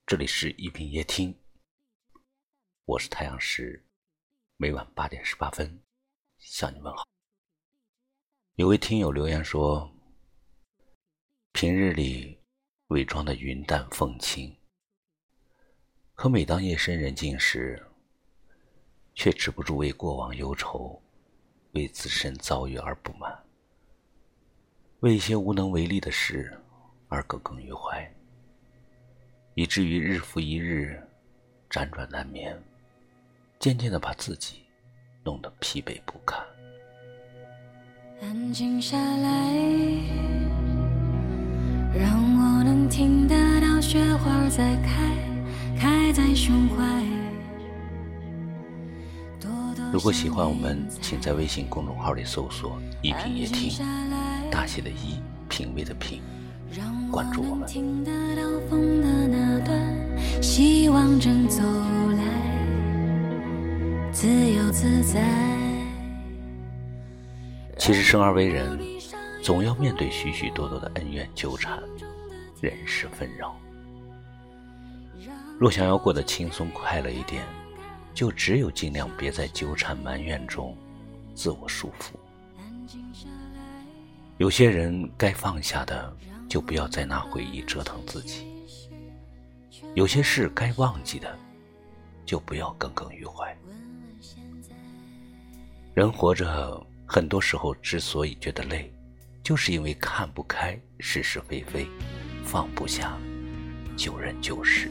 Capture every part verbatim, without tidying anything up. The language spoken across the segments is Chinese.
这里是一品夜听，我是太阳石，每晚八点十八分向你问好。有位听友留言说，平日里伪装的云淡风轻，可每当夜深人静时，却止不住为过往忧愁，为自身遭遇而不满，为一些无能为力的事而耿耿于怀，以至于日复一日辗转难眠，渐渐地把自己弄得疲惫不堪。 安静下来，让我能听得到雪花在开，开在胸怀。 如果喜欢我们，请在微信公众号里搜索一品夜听，大写的一，品味的品，关注我们。 听得到风的那段，希望正走来，自由自在。 其实生而为人，总要面对许许多多的恩怨纠缠，人事纷扰。若想要过得轻松快乐一点，就只有尽量别在纠缠埋怨中自我束缚。有些人该放下的，就不要再拿回忆折腾自己；有些事该忘记的，就不要耿耿于怀。人活着，很多时候之所以觉得累，就是因为看不开是是非非，放不下旧人旧事。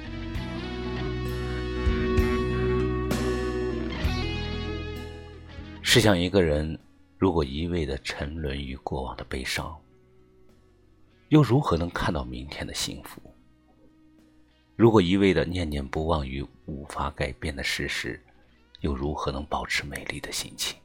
试想一个人如果一味地沉沦于过往的悲伤，又如何能看到明天的幸福？如果一味地念念不忘于无法改变的事实，又如何能保持美丽的心情？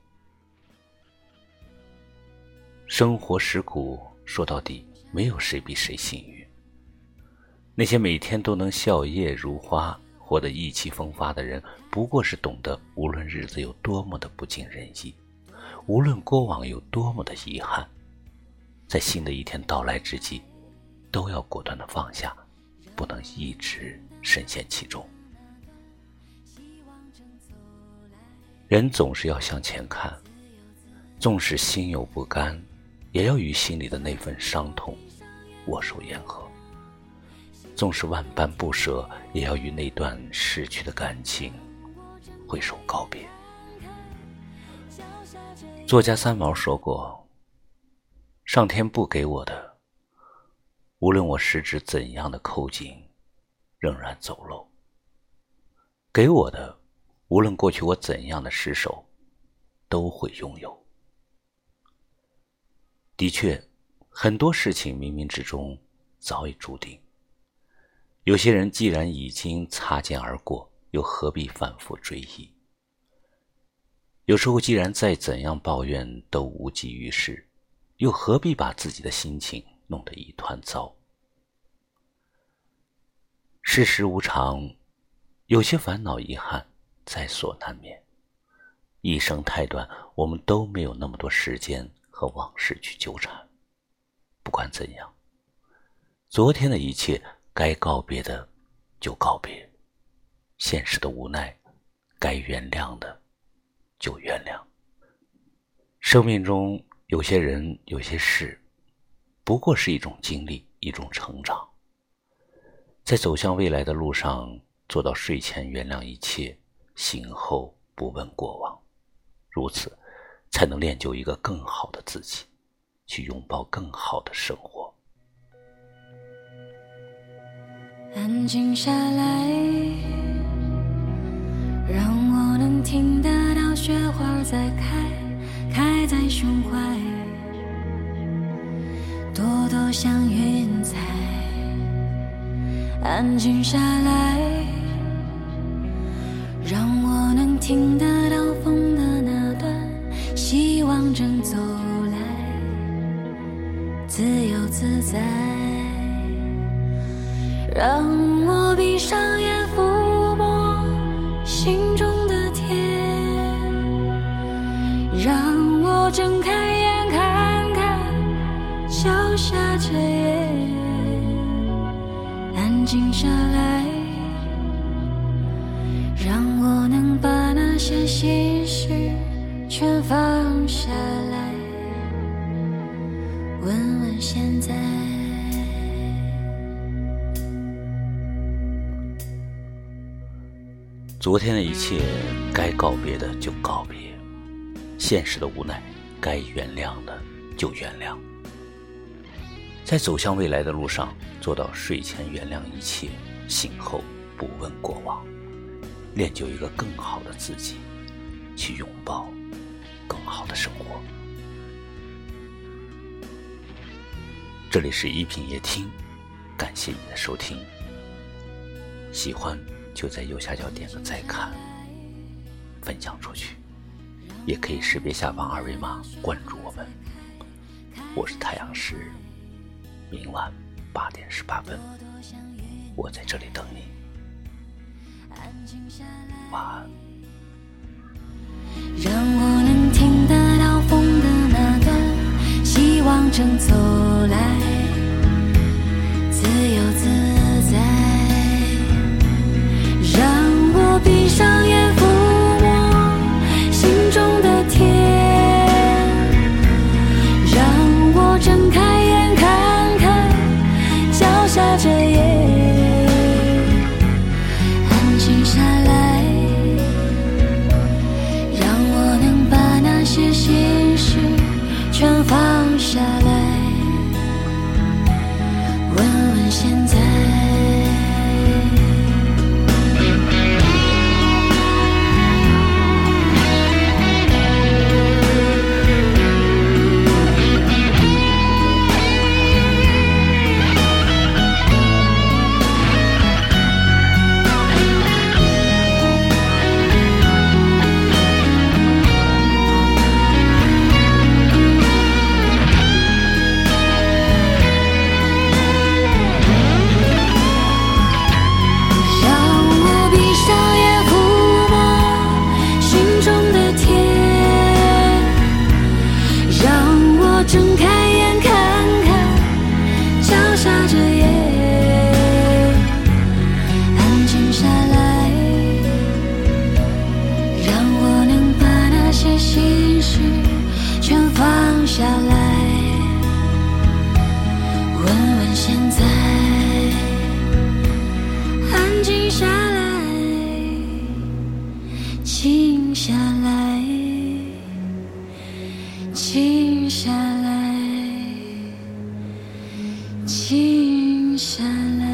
生活实苦，说到底没有谁比谁幸运。那些每天都能笑靥如花，活得意气风发的人，不过是懂得无论日子有多么的不尽人意，无论过往有多么的遗憾，在新的一天到来之际，都要果断地放下，不能一直深陷其中。人总是要向前看，纵使心有不甘，也要与心里的那份伤痛握手言和。纵使万般不舍，也要与那段逝去的感情挥手告别。作家三毛说过，上天不给我的，无论我十指怎样的抠紧，仍然走漏；给我的，无论过去我怎样的失手，都会拥有。的确，很多事情冥冥之中早已注定。有些人既然已经擦肩而过，又何必反复追忆？有时候既然再怎样抱怨都无济于事，又何必把自己的心情弄得一团糟？世事无常，有些烦恼遗憾在所难免。一生太短，我们都没有那么多时间和往事去纠缠。不管怎样，昨天的一切该告别的就告别，现实的无奈该原谅的就原谅。生命中有些人有些事，不过是一种经历，一种成长。在走向未来的路上，做到睡前原谅一切，醒后不问过往，如此才能练就一个更好的自己，去拥抱更好的生活。 安静下来，让我能听得到雪花在开，开在胸怀，朵朵像云彩。安静下来，让我能听得到风的那段，希望正走来，自由自在。让我闭上眼，抚摸心中的天，让我睁开眼，看看脚下这夜。安静下来，让我能把那些心事全放下来，问问现在。 昨天的一切该告别的就告别，现实的无奈该原谅的就原谅。在走向未来的路上，做到睡前原谅一切，醒后不问过往，练就一个更好的自己，去拥抱更好的生活。这里是一品夜听，感谢你的收听，喜欢就在右下角点个再看，分享出去，也可以识别下方二维码关注我们。我是太阳石，明晚八点十八分，我在这里等你，晚安。 让我能听得到风的那段，希望正走来，自由自在。让我闭上眼抚摸心中的天，让我睁开眼看看脚下这夜，安静下来，让我能把那些心事全放下来，问问现在。睁开眼看看脚下这夜，安静下来，让我能把那些心事全放下来，问问现在，安静下来，静下来，静下来，静下来。